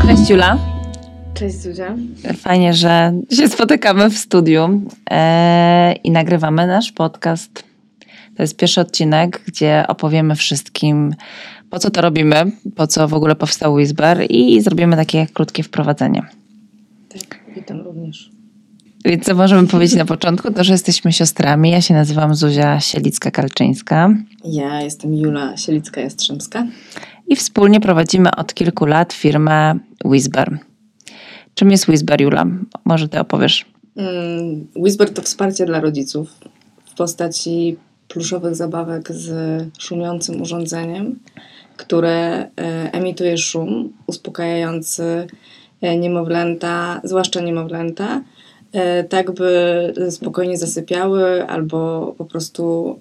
Cześć Jula. Cześć Zuzia. Fajnie, że się spotykamy w studiu i nagrywamy nasz podcast. To jest pierwszy odcinek, gdzie opowiemy wszystkim, po co to robimy, po co w ogóle powstał Whisper i zrobimy takie krótkie wprowadzenie. Tak, witam również. Więc co możemy powiedzieć na początku, to że jesteśmy siostrami. Ja się nazywam Zuzia Sielicka-Kalczyńska. Ja jestem Jula Sielicka-Jastrzębska. I wspólnie prowadzimy od kilku lat firmę Whisper. Czym jest Whisper, Jula? Może ty opowiesz? Whisper to wsparcie dla rodziców w postaci pluszowych zabawek z szumiącym urządzeniem, które emituje szum uspokajający niemowlęta, zwłaszcza niemowlęta, tak by spokojnie zasypiały albo po prostu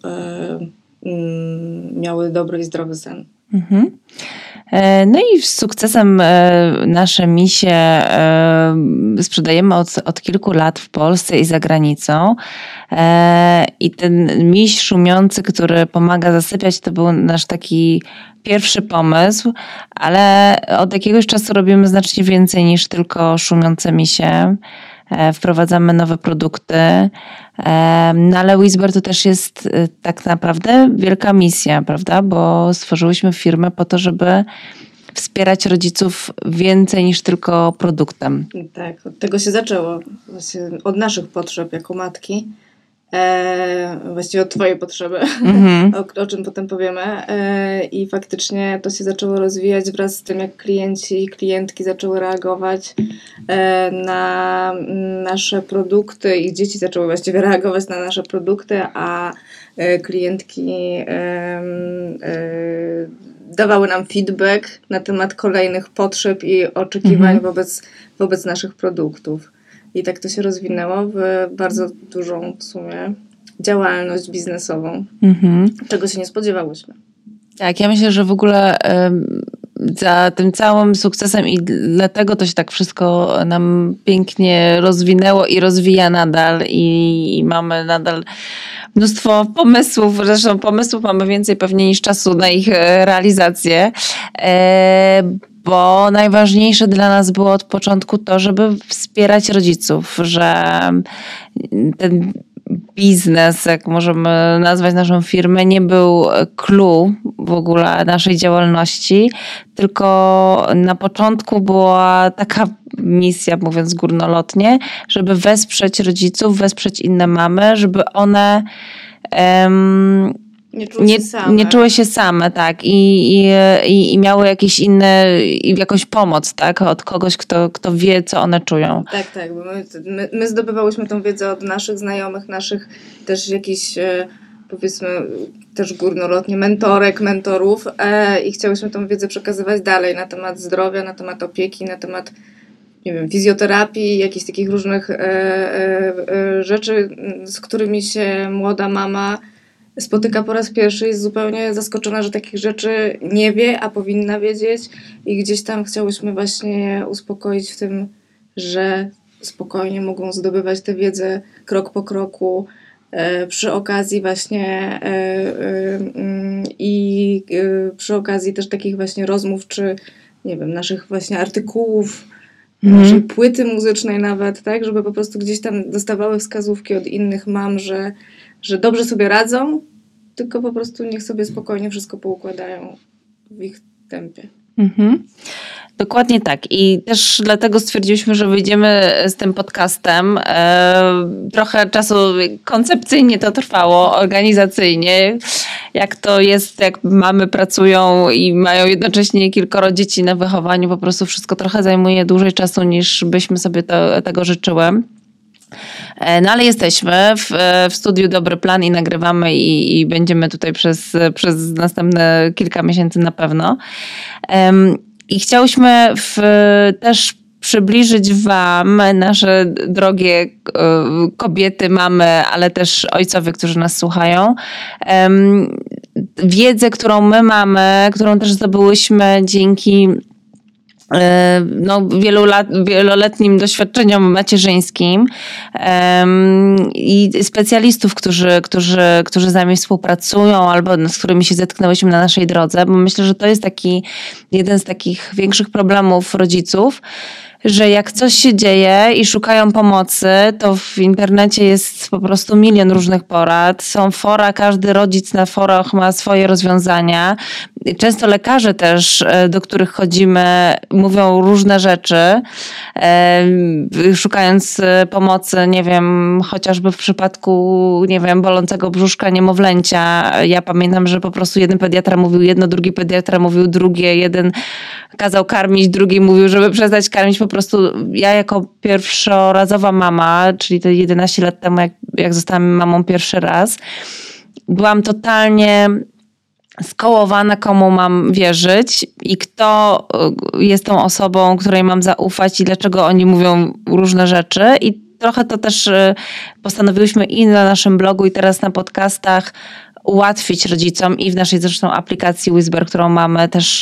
miały dobry i zdrowy sen. Mhm. No i z sukcesem nasze misie sprzedajemy od kilku lat w Polsce i za granicą. I ten miś szumiący, który pomaga zasypiać, to był nasz taki pierwszy pomysł, ale od jakiegoś czasu robimy znacznie więcej niż tylko szumiące misie. Wprowadzamy nowe produkty, no ale Whisper to też jest tak naprawdę wielka misja, prawda? Bo stworzyłyśmy firmę po to, żeby wspierać rodziców więcej niż tylko produktem. Tak, od tego się zaczęło. Właśnie od naszych potrzeb jako matki. Właściwie od twojej potrzeby, o czym potem powiemy. I faktycznie to się zaczęło rozwijać wraz z tym, jak klienci i klientki zaczęły reagować na nasze produkty i dzieci zaczęły właściwie reagować na nasze produkty, a klientki dawały nam feedback na temat kolejnych potrzeb i oczekiwań wobec naszych produktów. I tak to się rozwinęło w bardzo dużą w sumie działalność biznesową, czego się nie spodziewałyśmy. Tak, ja myślę, że w ogóle za tym całym sukcesem i dlatego to się tak wszystko nam pięknie rozwinęło i rozwija nadal i mamy nadal mnóstwo pomysłów, zresztą pomysłów mamy więcej pewnie niż czasu na ich realizację, bo najważniejsze dla nas było od początku to, żeby wspierać rodziców, że ten biznes, jak możemy nazwać naszą firmę, nie był clue w ogóle naszej działalności, tylko na początku była taka misja, mówiąc górnolotnie, żeby wesprzeć rodziców, wesprzeć inne mamy, żeby one nie czuły się same, tak, i miały jakieś inne, jakąś pomoc, tak, od kogoś, kto wie, co one czują. Tak, bo my zdobywałyśmy tą wiedzę od naszych znajomych, naszych też jakichś, powiedzmy, też górnolotnie mentorów i chciałyśmy tą wiedzę przekazywać dalej na temat zdrowia, na temat opieki, na temat, nie wiem, fizjoterapii, jakichś takich różnych rzeczy, z którymi się młoda mama spotyka po raz pierwszy, jest zupełnie zaskoczona, że takich rzeczy nie wie, a powinna wiedzieć i gdzieś tam chciałyśmy właśnie uspokoić w tym, że spokojnie mogą zdobywać tę wiedzę krok po kroku, przy okazji właśnie i przy okazji też takich właśnie rozmów, czy nie wiem, naszych właśnie artykułów, naszej płyty muzycznej nawet, tak, żeby po prostu gdzieś tam dostawały wskazówki od innych mam, że dobrze sobie radzą, tylko po prostu niech sobie spokojnie wszystko poukładają w ich tempie. Dokładnie tak. I też dlatego stwierdziliśmy, że wyjdziemy z tym podcastem. Trochę czasu koncepcyjnie to trwało, organizacyjnie. Jak to jest, jak mamy pracują i mają jednocześnie kilkoro dzieci na wychowaniu, po prostu wszystko trochę zajmuje dłużej czasu niż byśmy sobie tego życzyły. No ale jesteśmy w studiu Dobry Plan i nagrywamy i będziemy tutaj przez następne kilka miesięcy na pewno. I chciałyśmy też przybliżyć wam, nasze drogie kobiety, mamy, ale też ojcowie, którzy nas słuchają, wiedzę, którą my mamy, którą też zdobyłyśmy dzięki wieloletnim doświadczeniom macierzyńskim i specjalistów, którzy z nami współpracują albo z którymi się zetknęłyśmy na naszej drodze, bo myślę, że to jest jeden z takich większych problemów rodziców, że jak coś się dzieje i szukają pomocy, to w internecie jest po prostu milion różnych porad. Są fora, każdy rodzic na forach ma swoje rozwiązania. Często lekarze też, do których chodzimy, mówią różne rzeczy, szukając pomocy, nie wiem, chociażby w przypadku, nie wiem, bolącego brzuszka niemowlęcia. Ja pamiętam, że po prostu jeden pediatra mówił jedno, drugi pediatra mówił drugie, jeden kazał karmić, drugi mówił, żeby przestać karmić. Po prostu ja jako pierwszorazowa mama, czyli te 11 lat temu, jak zostałam mamą pierwszy raz, byłam totalnie skołowana, komu mam wierzyć i kto jest tą osobą, której mam zaufać i dlaczego oni mówią różne rzeczy. I trochę to też postanowiłyśmy i na naszym blogu, i teraz na podcastach ułatwić rodzicom i w naszej zresztą aplikacji Whisper, którą mamy, też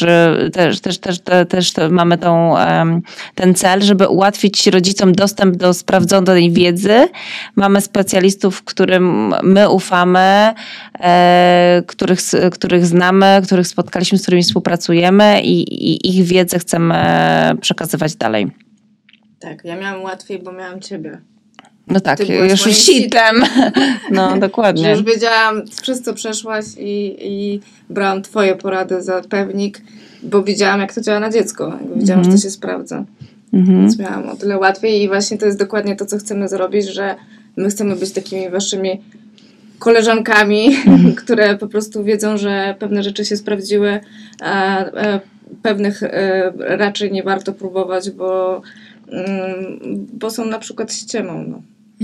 mamy ten cel, żeby ułatwić rodzicom dostęp do sprawdzonej wiedzy. Mamy specjalistów, którym my ufamy, których znamy, których spotkaliśmy, z którymi współpracujemy i ich wiedzę chcemy przekazywać dalej. Tak, ja miałam łatwiej, bo miałam ciebie. No tak, już sitem. No dokładnie. Że już wiedziałam, przez co przeszłaś i brałam twoje porady za pewnik, bo widziałam, jak to działa na dziecko. Widziałam, że to się sprawdza. Więc miałam o tyle łatwiej i właśnie to jest dokładnie to, co chcemy zrobić, że my chcemy być takimi waszymi koleżankami, które po prostu wiedzą, że pewne rzeczy się sprawdziły, a pewnych raczej nie warto próbować, bo są na przykład ściemą. No.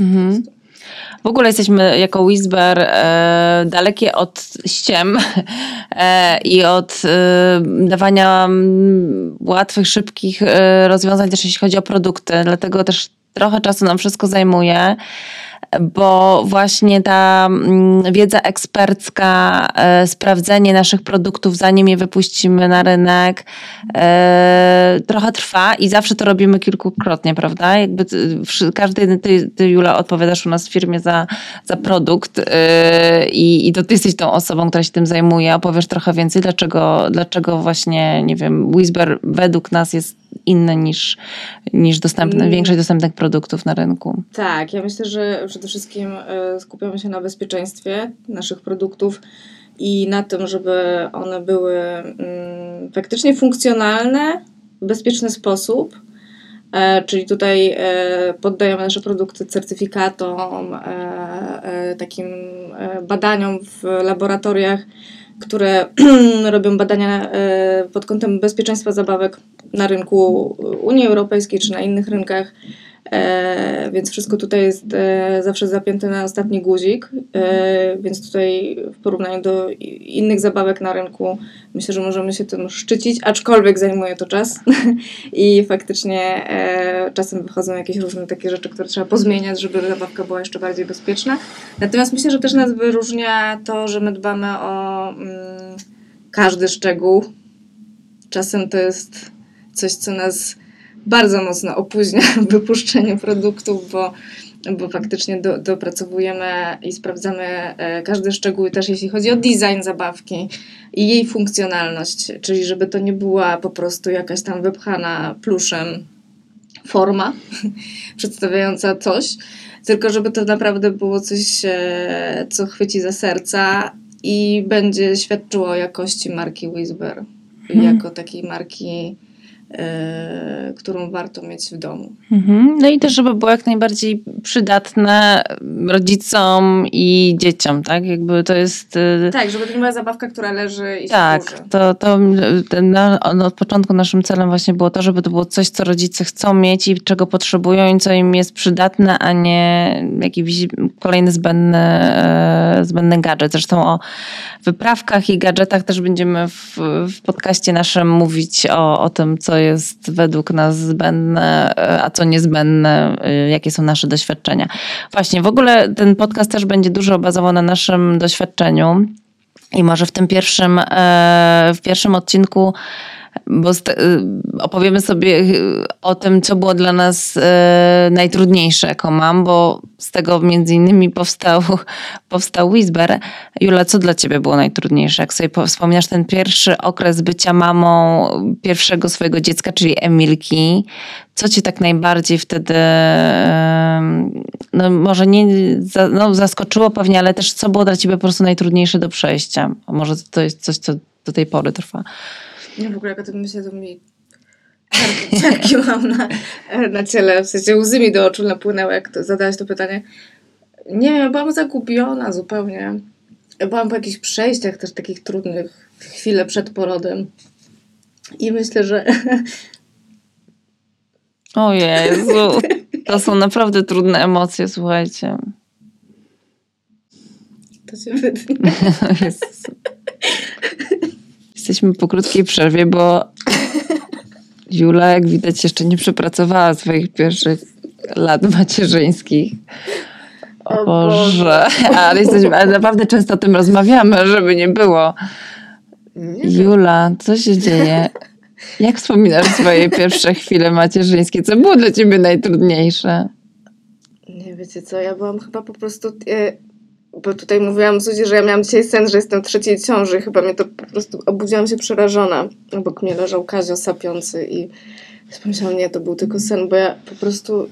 W ogóle jesteśmy jako Whisper dalekie od ściem i od dawania łatwych, szybkich rozwiązań też jeśli chodzi o produkty. Dlatego też trochę czasu nam wszystko zajmuje, bo właśnie ta wiedza ekspercka, sprawdzenie naszych produktów, zanim je wypuścimy na rynek, trochę trwa i zawsze to robimy kilkukrotnie, prawda? Jakby każdy, ty Jula, odpowiadasz u nas w firmie za produkt i to ty jesteś tą osobą, która się tym zajmuje. Opowiesz trochę więcej, dlaczego właśnie, nie wiem, Whisper według nas jest inny niż większość dostępnych produktów na rynku. Tak, ja myślę, że przede wszystkim skupiamy się na bezpieczeństwie naszych produktów i na tym, żeby one były faktycznie funkcjonalne w bezpieczny sposób. Czyli tutaj poddajemy nasze produkty certyfikatom, takim badaniom w laboratoriach, które robią badania pod kątem bezpieczeństwa zabawek na rynku Unii Europejskiej czy na innych rynkach. Więc wszystko tutaj jest zawsze zapięte na ostatni guzik, więc tutaj w porównaniu do innych zabawek na rynku myślę, że możemy się tym szczycić, aczkolwiek zajmuje to czas i faktycznie czasem wychodzą jakieś różne takie rzeczy, które trzeba pozmieniać, żeby zabawka była jeszcze bardziej bezpieczna. Natomiast myślę, że też nas wyróżnia to, że my dbamy o każdy szczegół. Czasem to jest coś, co nas bardzo mocno opóźnia w wypuszczeniu produktów, bo faktycznie dopracowujemy i sprawdzamy każdy szczegół, też jeśli chodzi o design zabawki i jej funkcjonalność, czyli żeby to nie była po prostu jakaś tam wypchana pluszem forma przedstawiająca coś, tylko żeby to naprawdę było coś, co chwyci za serca i będzie świadczyło o jakości marki Whisper, jako takiej marki, którą warto mieć w domu. No i też, żeby było jak najbardziej przydatne rodzicom i dzieciom, tak? Jakby to jest... Tak, żeby to nie była zabawka, która leży i tak, służy. Od początku naszym celem właśnie było to, żeby to było coś, co rodzice chcą mieć i czego potrzebują i co im jest przydatne, a nie jakiś kolejny zbędny gadżet. Zresztą o wyprawkach i gadżetach też będziemy w podcaście naszym mówić o tym, co jest według nas zbędne, a co niezbędne, jakie są nasze doświadczenia. Właśnie, w ogóle ten podcast też będzie dużo bazował na naszym doświadczeniu i może w tym pierwszym odcinku bo opowiemy sobie o tym, co było dla nas najtrudniejsze jako mam, bo z tego między innymi powstał Whisper. Jula, co dla ciebie było najtrudniejsze? Jak sobie wspominasz ten pierwszy okres bycia mamą pierwszego swojego dziecka, czyli Emilki, co cię tak najbardziej wtedy, no może nie zaskoczyło pewnie, ale też co było dla ciebie po prostu najtrudniejsze do przejścia? A może to jest coś, co do tej pory trwa? Ja w ogóle jak o tym myślę, to mi ciarki mam na ciele, w sensie łzy mi do oczu napłynęły, jak zadałaś to pytanie. Nie wiem, byłam zagubiona zupełnie. Byłam po jakichś przejściach też takich trudnych, chwilę przed porodem. I myślę, że... O Jezu, to są naprawdę trudne emocje, słuchajcie. To się wytnie. Jesteśmy po krótkiej przerwie, bo Jula, jak widać, jeszcze nie przepracowała swoich pierwszych lat macierzyńskich. O Boże. Ale naprawdę często o tym rozmawiamy, żeby nie było. Jula, co się dzieje? Jak wspominasz swoje pierwsze chwile macierzyńskie? Co było dla ciebie najtrudniejsze? Nie, wiecie co, ja byłam chyba po prostu... Bo tutaj mówiłam Zuzi, że ja miałam dzisiaj sen, że jestem w trzeciej ciąży. Chyba mnie to po prostu... Obudziłam się przerażona. Obok mnie leżał Kazio sapiący i pomyślałam, nie, to był tylko sen, bo ja po prostu...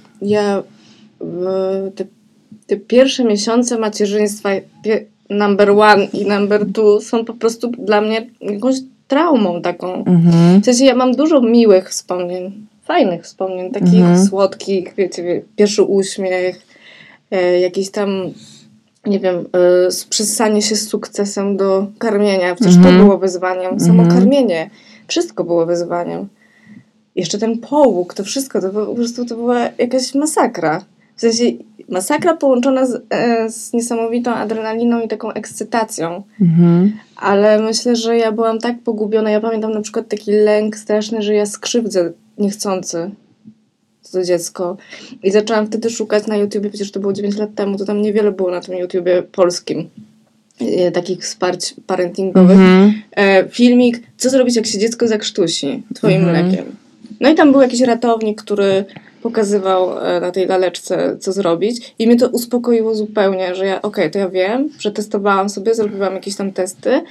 Te pierwsze miesiące macierzyństwa number one i number two są po prostu dla mnie jakąś traumą taką. W sensie ja mam dużo miłych wspomnień, fajnych wspomnień, takich słodkich, wiecie, pierwszy uśmiech, jakiś tam, nie wiem, przystanie się z sukcesem do karmienia. Przecież to było wyzwaniem. Samo karmienie. Wszystko było wyzwaniem. Jeszcze ten połóg, to wszystko, po prostu to była jakaś masakra. W sensie masakra połączona z niesamowitą adrenaliną i taką ekscytacją. Ale myślę, że ja byłam tak pogubiona. Ja pamiętam na przykład taki lęk straszny, że ja skrzywdzę niechcący to dziecko. I zaczęłam wtedy szukać na YouTubie, przecież to było 9 lat temu, to tam niewiele było na tym YouTubie polskim takich wsparć parentingowych. Filmik, co zrobić, jak się dziecko zakrztusi twoim mlekiem. No i tam był jakiś ratownik, który pokazywał na tej laleczce, co zrobić. I mnie to uspokoiło zupełnie, że to ja wiem, przetestowałam sobie, zrobiłam jakieś tam testy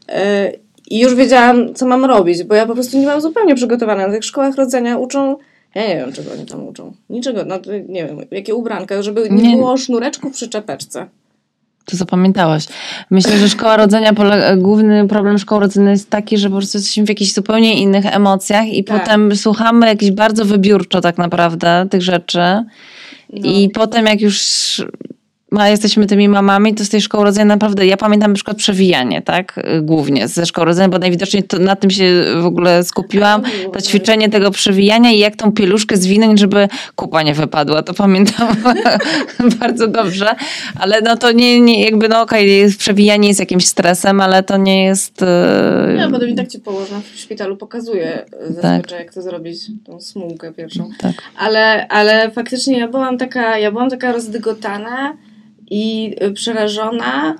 i już wiedziałam, co mam robić, bo ja po prostu nie byłam zupełnie przygotowana. Na tych szkołach rodzenia uczą, ja nie wiem, czego oni tam uczą. Niczego, nie wiem, jakie ubranka, żeby nie było sznureczków przy czepeczce. To zapamiętałaś. Myślę, że szkoła rodzenia, główny problem szkoły rodzennej jest taki, że po prostu jesteśmy w jakichś zupełnie innych emocjach i potem słuchamy jakieś bardzo wybiórczo tak naprawdę tych rzeczy. I potem jak już jesteśmy tymi mamami, to z tej szkoły rodzenia naprawdę, ja pamiętam na przykład przewijanie, tak? Głównie ze szkoły rodzenia, bo najwidoczniej na tym się w ogóle skupiłam. To ćwiczenie tego przewijania i jak tą pieluszkę zwinąć, żeby kupa nie wypadła. To pamiętam bardzo dobrze. Ale to nie jakby, przewijanie jest jakimś stresem, ale to nie jest... No, potem i tak ci położna w szpitalu pokazuje zazwyczaj, jak to zrobić, tą smułkę pierwszą. Tak. Ale faktycznie ja byłam taka rozdygotana i przerażona,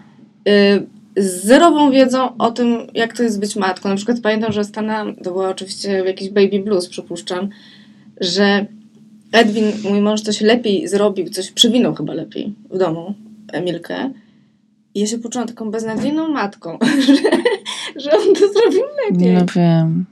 z zerową wiedzą o tym, jak to jest być matką. Na przykład pamiętam, że to była oczywiście jakiś baby blues, przypuszczam, że Edwin, mój mąż, coś lepiej zrobił, coś przywinął chyba lepiej w domu, Emilkę. I ja się poczułam taką beznadziejną matką, że on to zrobił lepiej. No wiem.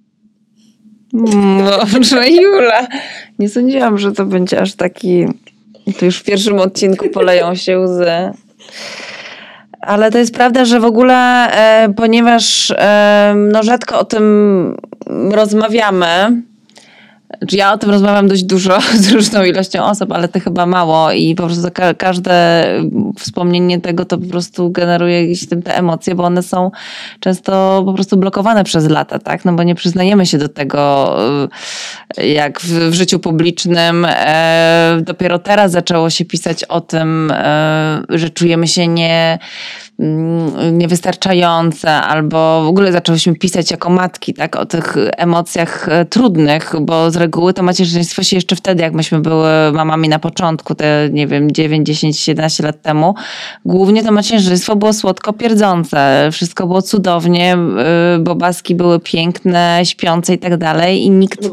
Boże, Jula. Nie sądziłam, że to będzie aż taki... To już w pierwszym odcinku poleją się łzy. Ale to jest prawda, że w ogóle, ponieważ rzadko o tym rozmawiamy, ja o tym rozmawiam dość dużo z różną ilością osób, ale ty chyba mało i po prostu każde wspomnienie tego to po prostu generuje jakieś te emocje, bo one są często po prostu blokowane przez lata, tak? No bo nie przyznajemy się do tego, jak w życiu publicznym. Dopiero teraz zaczęło się pisać o tym, że czujemy się niewystarczające, albo w ogóle zaczęłyśmy pisać jako matki, tak, o tych emocjach trudnych, bo z reguły to macierzyństwo się jeszcze wtedy, jak myśmy były mamami na początku, te nie wiem, 9, 10, 11 lat temu, głównie to macierzyństwo było słodko pierdzące, wszystko było cudownie, bobaski były piękne, śpiące i tak dalej i nikt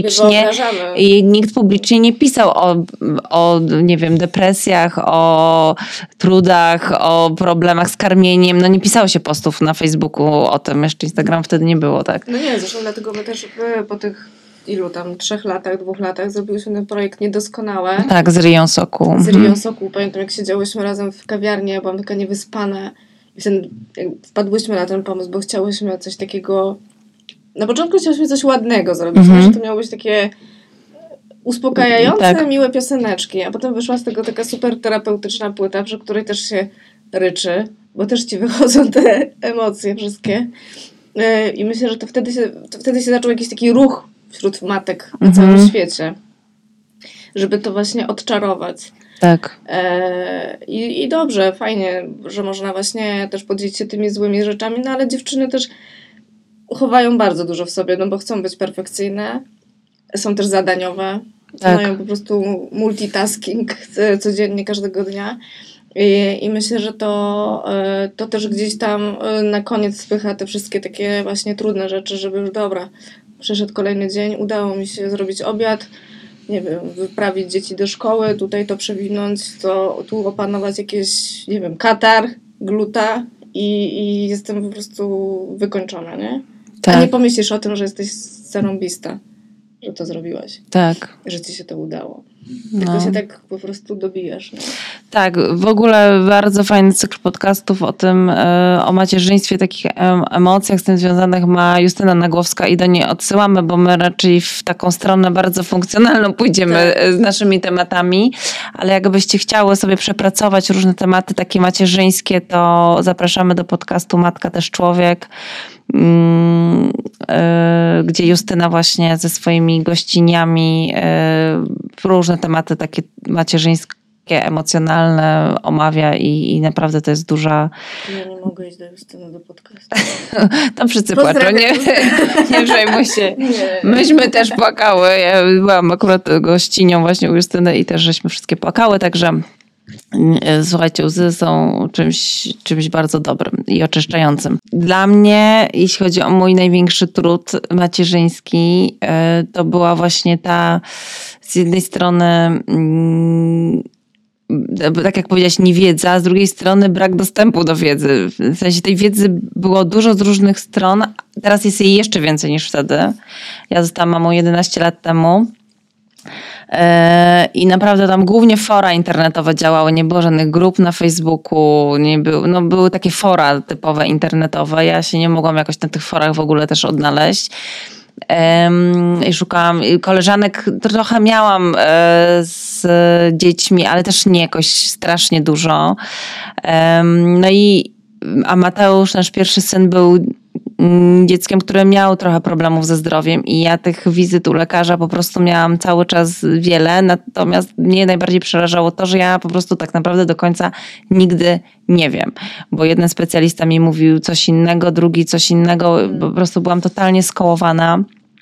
publicznie nie pisał o nie wiem, depresjach, o trudach, o problemach z karmieniem. No nie pisało się postów na Facebooku o tym. Jeszcze Instagram wtedy nie było, tak? No nie, zresztą dlatego my też po tych 3 latach, 2 latach zrobiłyśmy ten projekt Niedoskonałe. Tak, z Rią Sokół. Z Rią Sokół. Pamiętam, jak siedziałyśmy razem w kawiarni, ja byłam taka niewyspana. I wpadłyśmy na ten pomysł, bo chciałyśmy coś takiego... Na początku chciałyśmy coś ładnego zrobić, że to miało być takie uspokajające, miłe pioseneczki, a potem wyszła z tego taka super terapeutyczna płyta, przy której też się ryczy, bo też ci wychodzą te emocje wszystkie. I myślę, że to wtedy się zaczął jakiś taki ruch wśród matek na całym świecie, żeby to właśnie odczarować. Tak. I dobrze, fajnie, że można właśnie też podzielić się tymi złymi rzeczami, no ale dziewczyny też chowają bardzo dużo w sobie, no bo chcą być perfekcyjne, są też zadaniowe, mają po prostu multitasking codziennie, każdego dnia. I myślę, że to też gdzieś tam na koniec spycha te wszystkie takie właśnie trudne rzeczy, żeby już dobra, przeszedł kolejny dzień, udało mi się zrobić obiad, nie wiem, wyprawić dzieci do szkoły, tutaj to przewinąć, tu opanować jakieś, nie wiem, katar, gluta i jestem po prostu wykończona, nie? Tak. A nie pomyślisz o tym, że jesteś zarąbista, że to zrobiłaś. Tak. Że ci się to udało. Tylko się tak po prostu dobijasz. Nie? Tak, w ogóle bardzo fajny cykl podcastów o tym, o macierzyństwie, takich emocjach z tym związanych ma Justyna Nagłowska i do niej odsyłamy, bo my raczej w taką stronę bardzo funkcjonalną pójdziemy z naszymi tematami, ale jakbyście chciały sobie przepracować różne tematy takie macierzyńskie, to zapraszamy do podcastu Matka też człowiek, gdzie Justyna właśnie ze swoimi gościniami różne tematy takie macierzyńskie, emocjonalne omawia i naprawdę to jest duża... Ja nie mogę iść do Justyny do podcastu. Tam wszyscy płaczą, nie przejmuj się. Myśmy też płakały. Ja byłam akurat gościnią właśnie u Justyny i też żeśmy wszystkie płakały, także słuchajcie, łzy są czymś bardzo dobrym i oczyszczającym. Dla mnie, jeśli chodzi o mój największy trud macierzyński, to była właśnie ta z jednej strony tak jak powiedziałaś, niewiedza, a z drugiej strony brak dostępu do wiedzy. W sensie tej wiedzy było dużo z różnych stron. Teraz jest jej jeszcze więcej niż wtedy. Ja zostałam mamą 11 lat temu. I naprawdę tam głównie fora internetowe działały, nie było żadnych grup na Facebooku, były takie fora typowe internetowe. Ja się nie mogłam jakoś na tych forach w ogóle też odnaleźć. I szukałam koleżanek, trochę miałam z dziećmi, ale też nie jakoś strasznie dużo. A Mateusz, nasz pierwszy syn, był dzieckiem, które miało trochę problemów ze zdrowiem i ja tych wizyt u lekarza po prostu miałam cały czas wiele, natomiast mnie najbardziej przerażało to, że ja po prostu tak naprawdę do końca nigdy nie wiem, bo jeden specjalista mi mówił coś innego, drugi coś innego, po prostu byłam totalnie skołowana.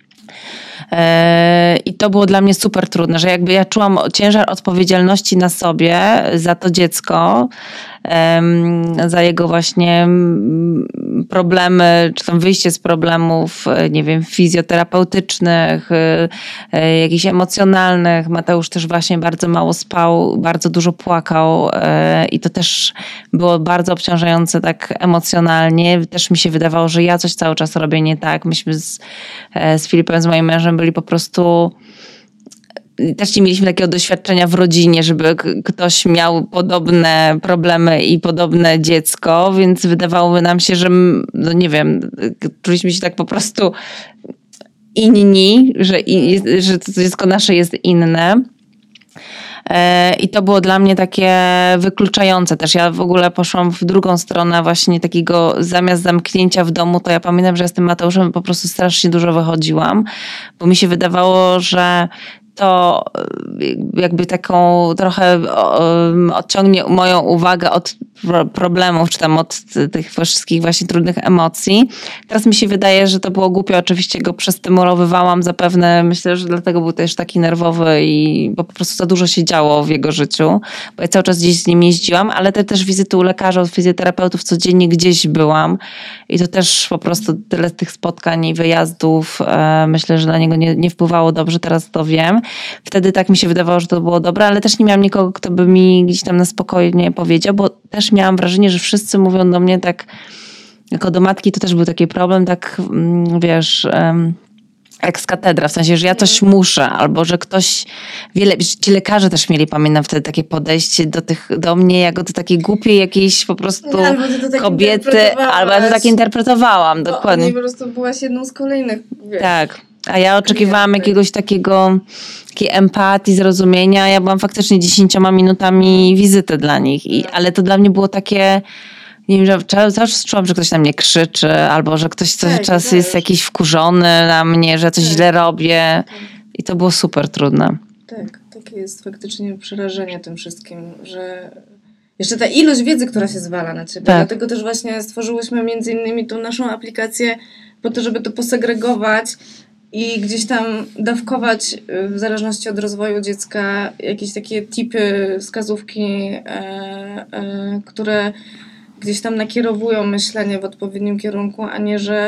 I to było dla mnie super trudne, że jakby ja czułam ciężar odpowiedzialności na sobie za to dziecko, za jego właśnie problemy, czy tam wyjście z problemów, nie wiem, fizjoterapeutycznych, jakichś emocjonalnych. Mateusz też właśnie bardzo mało spał, bardzo dużo płakał i to też było bardzo obciążające tak emocjonalnie. Też mi się wydawało, że ja coś cały czas robię nie tak. Myśmy z Filipem, z moim mężem byli po prostu... Też nie mieliśmy takiego doświadczenia w rodzinie, żeby ktoś miał podobne problemy i podobne dziecko, więc wydawało nam się, że no nie wiem, czuliśmy się tak po prostu inni, że to dziecko nasze jest inne. I to było dla mnie takie wykluczające też. Ja w ogóle poszłam w drugą stronę właśnie takiego, zamiast zamknięcia w domu, to ja pamiętam, że ja z tym Mateuszem po prostu strasznie dużo wychodziłam, bo mi się wydawało, że to jakby taką trochę odciągnie moją uwagę od problemów, czy tam od tych wszystkich właśnie trudnych emocji. Teraz mi się wydaje, że to było głupie, oczywiście go przestymulowywałam zapewne, myślę, że dlatego był też taki nerwowy bo po prostu za dużo się działo w jego życiu, bo ja cały czas gdzieś z nim jeździłam, ale też wizyty u lekarza, od fizjoterapeutów codziennie gdzieś byłam i to też po prostu tyle tych spotkań i wyjazdów, myślę, że na niego nie wpływało dobrze, teraz to wiem. Wtedy tak mi się wydawało, że to było dobre, ale też nie miałam nikogo, kto by mi gdzieś tam na spokojnie powiedział, bo też miałam wrażenie, że wszyscy mówią do mnie tak, jako do matki to też był taki problem, tak wiesz, ex katedra, w sensie, że ja coś muszę, albo że ktoś, ci lekarze też mieli, pamiętam wtedy takie podejście do mnie, jako do takiej głupiej jakiejś po prostu tak kobiety, albo ja to tak interpretowałam, dokładnie. Po prostu byłaś jedną z kolejnych. Wiesz. Tak, a ja oczekiwałam jakiegoś takiej empatii, zrozumienia. Ja byłam faktycznie 10 minutami wizyty dla nich, ale to dla mnie było takie, nie wiem, że cały czas czułam, że ktoś na mnie krzyczy, albo że ktoś cały czas jest jakiś wkurzony na mnie, że coś źle robię. I to było super trudne. Tak, takie jest faktycznie przerażenie tym wszystkim, że jeszcze ta ilość wiedzy, która się zwala na ciebie. Tak. Dlatego też właśnie stworzyłyśmy między innymi tą naszą aplikację po to, żeby to posegregować i gdzieś tam dawkować w zależności od rozwoju dziecka jakieś takie tipy, wskazówki, które gdzieś tam nakierowują myślenie w odpowiednim kierunku, a nie, że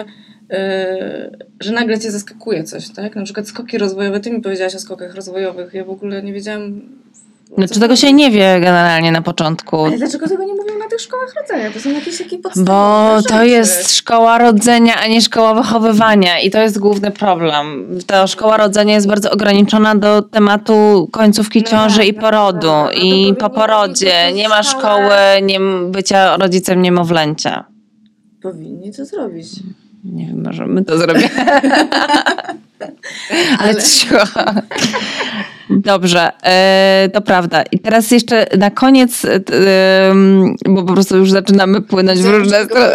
nagle cię zaskakuje coś, tak? Na przykład skoki rozwojowe. Ty mi powiedziałaś o skokach rozwojowych. Ja w ogóle nie wiedziałam. Znaczy tego się nie wie generalnie na początku. Ale dlaczego tego nie mówią na tych szkołach rodzenia? To są jakieś takie podstawowe Bo rzeczy. To jest szkoła rodzenia, a nie szkoła wychowywania i to jest główny problem. Ta szkoła rodzenia jest bardzo ograniczona do tematu końcówki ciąży i porodu. I po porodzie nie ma szkoły bycia rodzicem niemowlęcia. Powinni to zrobić. Nie wiem, może my to zrobimy. Ale cicho. Dobrze, to prawda. I teraz jeszcze na koniec, bo po prostu już zaczynamy płynąć w różne strony.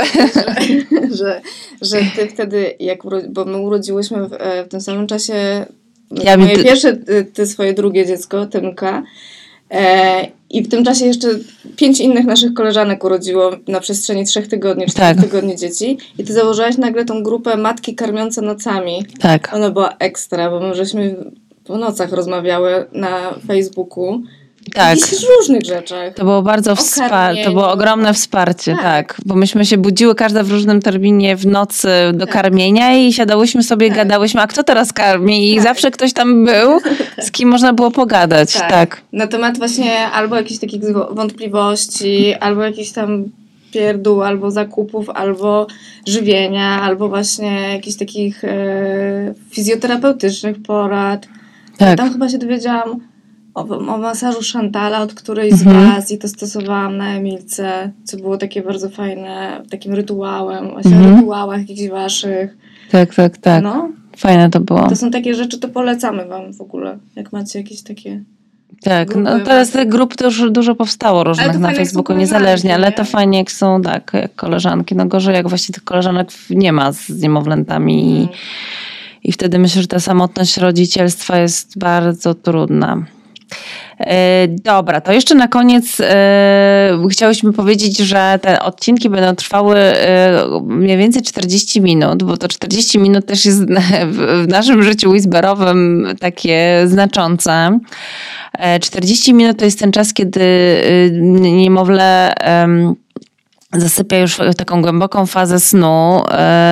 Że ty wtedy, bo my urodziłyśmy w tym samym czasie moje pierwsze, ty swoje drugie dziecko, Tymka. I w tym czasie jeszcze 5 innych naszych koleżanek urodziło na przestrzeni 3 tygodni, 4 tygodni dzieci. I ty założyłaś nagle tą grupę Matki Karmiące Nocami. Tak. Ona była ekstra, bo my żeśmy po nocach rozmawiały na Facebooku. Tak. W różnych rzeczach. To było bardzo to było ogromne wsparcie, tak. Bo myśmy się budziły każda w różnym terminie w nocy do karmienia i siadałyśmy sobie, gadałyśmy, a kto teraz karmi? I zawsze ktoś tam był, z kim można było pogadać. Tak. Na temat właśnie albo jakichś takich wątpliwości, albo jakichś tam pierdół, albo zakupów, albo żywienia, albo właśnie jakichś takich fizjoterapeutycznych porad. Tak. Ja tam chyba się dowiedziałam o masażu Chantala od którejś z was i to stosowałam na Emilce, co było takie bardzo fajne, takim rytuałem, właśnie o rytuałach jakichś waszych. Tak. No. Fajne to było. To są takie rzeczy, to polecamy wam w ogóle, jak macie jakieś takie Tak, no teraz tych grup to już dużo powstało różnych na Facebooku, niezależnie, ale to fajnie jak są, jak koleżanki, no gorzej jak właśnie tych koleżanek nie ma z niemowlętami i wtedy myślę, że ta samotność rodzicielstwa jest bardzo trudna. Dobra, to jeszcze na koniec chciałyśmy powiedzieć, że te odcinki będą trwały mniej więcej 40 minut, bo to 40 minut też jest w naszym życiu whisperowym takie znaczące. 40 minut to jest ten czas, kiedy niemowlę zasypia już w taką głęboką fazę snu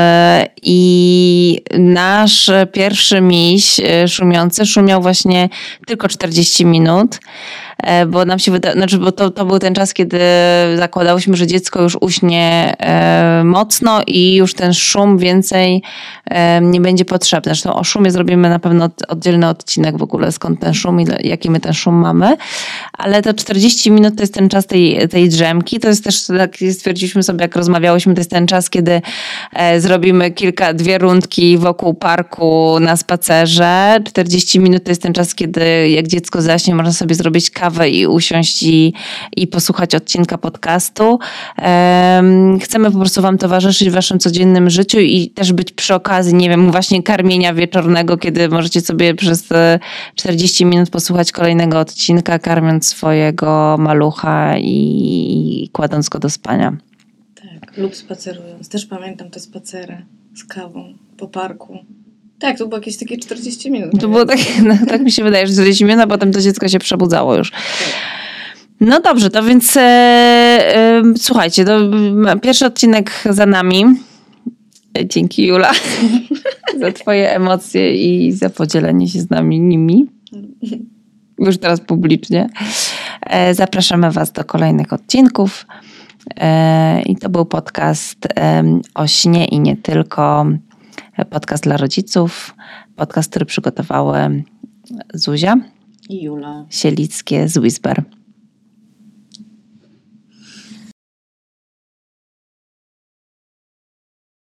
i nasz pierwszy miś szumiący szumiał właśnie tylko 40 minut, bo nam się wydaje, bo to był ten czas, kiedy zakładałyśmy, że dziecko już uśnie mocno i już ten szum więcej nie będzie potrzebny. Zresztą o szumie zrobimy na pewno oddzielny odcinek w ogóle, skąd ten szum i jaki my ten szum mamy, ale to 40 minut to jest ten czas tej drzemki, to jest też, tak stwierdziliśmy sobie, jak rozmawiałyśmy, to jest ten czas, kiedy zrobimy dwie rundki wokół parku na spacerze. 40 minut to jest ten czas, kiedy jak dziecko zaśnie, można sobie zrobić kawę kawę i usiąść i posłuchać odcinka podcastu. Chcemy po prostu wam towarzyszyć w waszym codziennym życiu i też być przy okazji, nie wiem, właśnie karmienia wieczornego, kiedy możecie sobie przez 40 minut posłuchać kolejnego odcinka, karmiąc swojego malucha i kładąc go do spania. Tak, lub spacerując. Też pamiętam te spacery z kawą po parku. Tak, to było jakieś takie 40 minut. To było takie, no, tak mi się wydaje, że 40 minut, a potem to dziecko się przebudzało już. No dobrze, to więc słuchajcie, pierwszy odcinek za nami. Dzięki, Jula, za twoje emocje i za podzielenie się z nami nimi. Już teraz publicznie. Zapraszamy was do kolejnych odcinków. I to był podcast o śnie i nie tylko. Podcast dla rodziców. Podcast, który przygotowały Zuzia i Jula Sielickie z Whisper.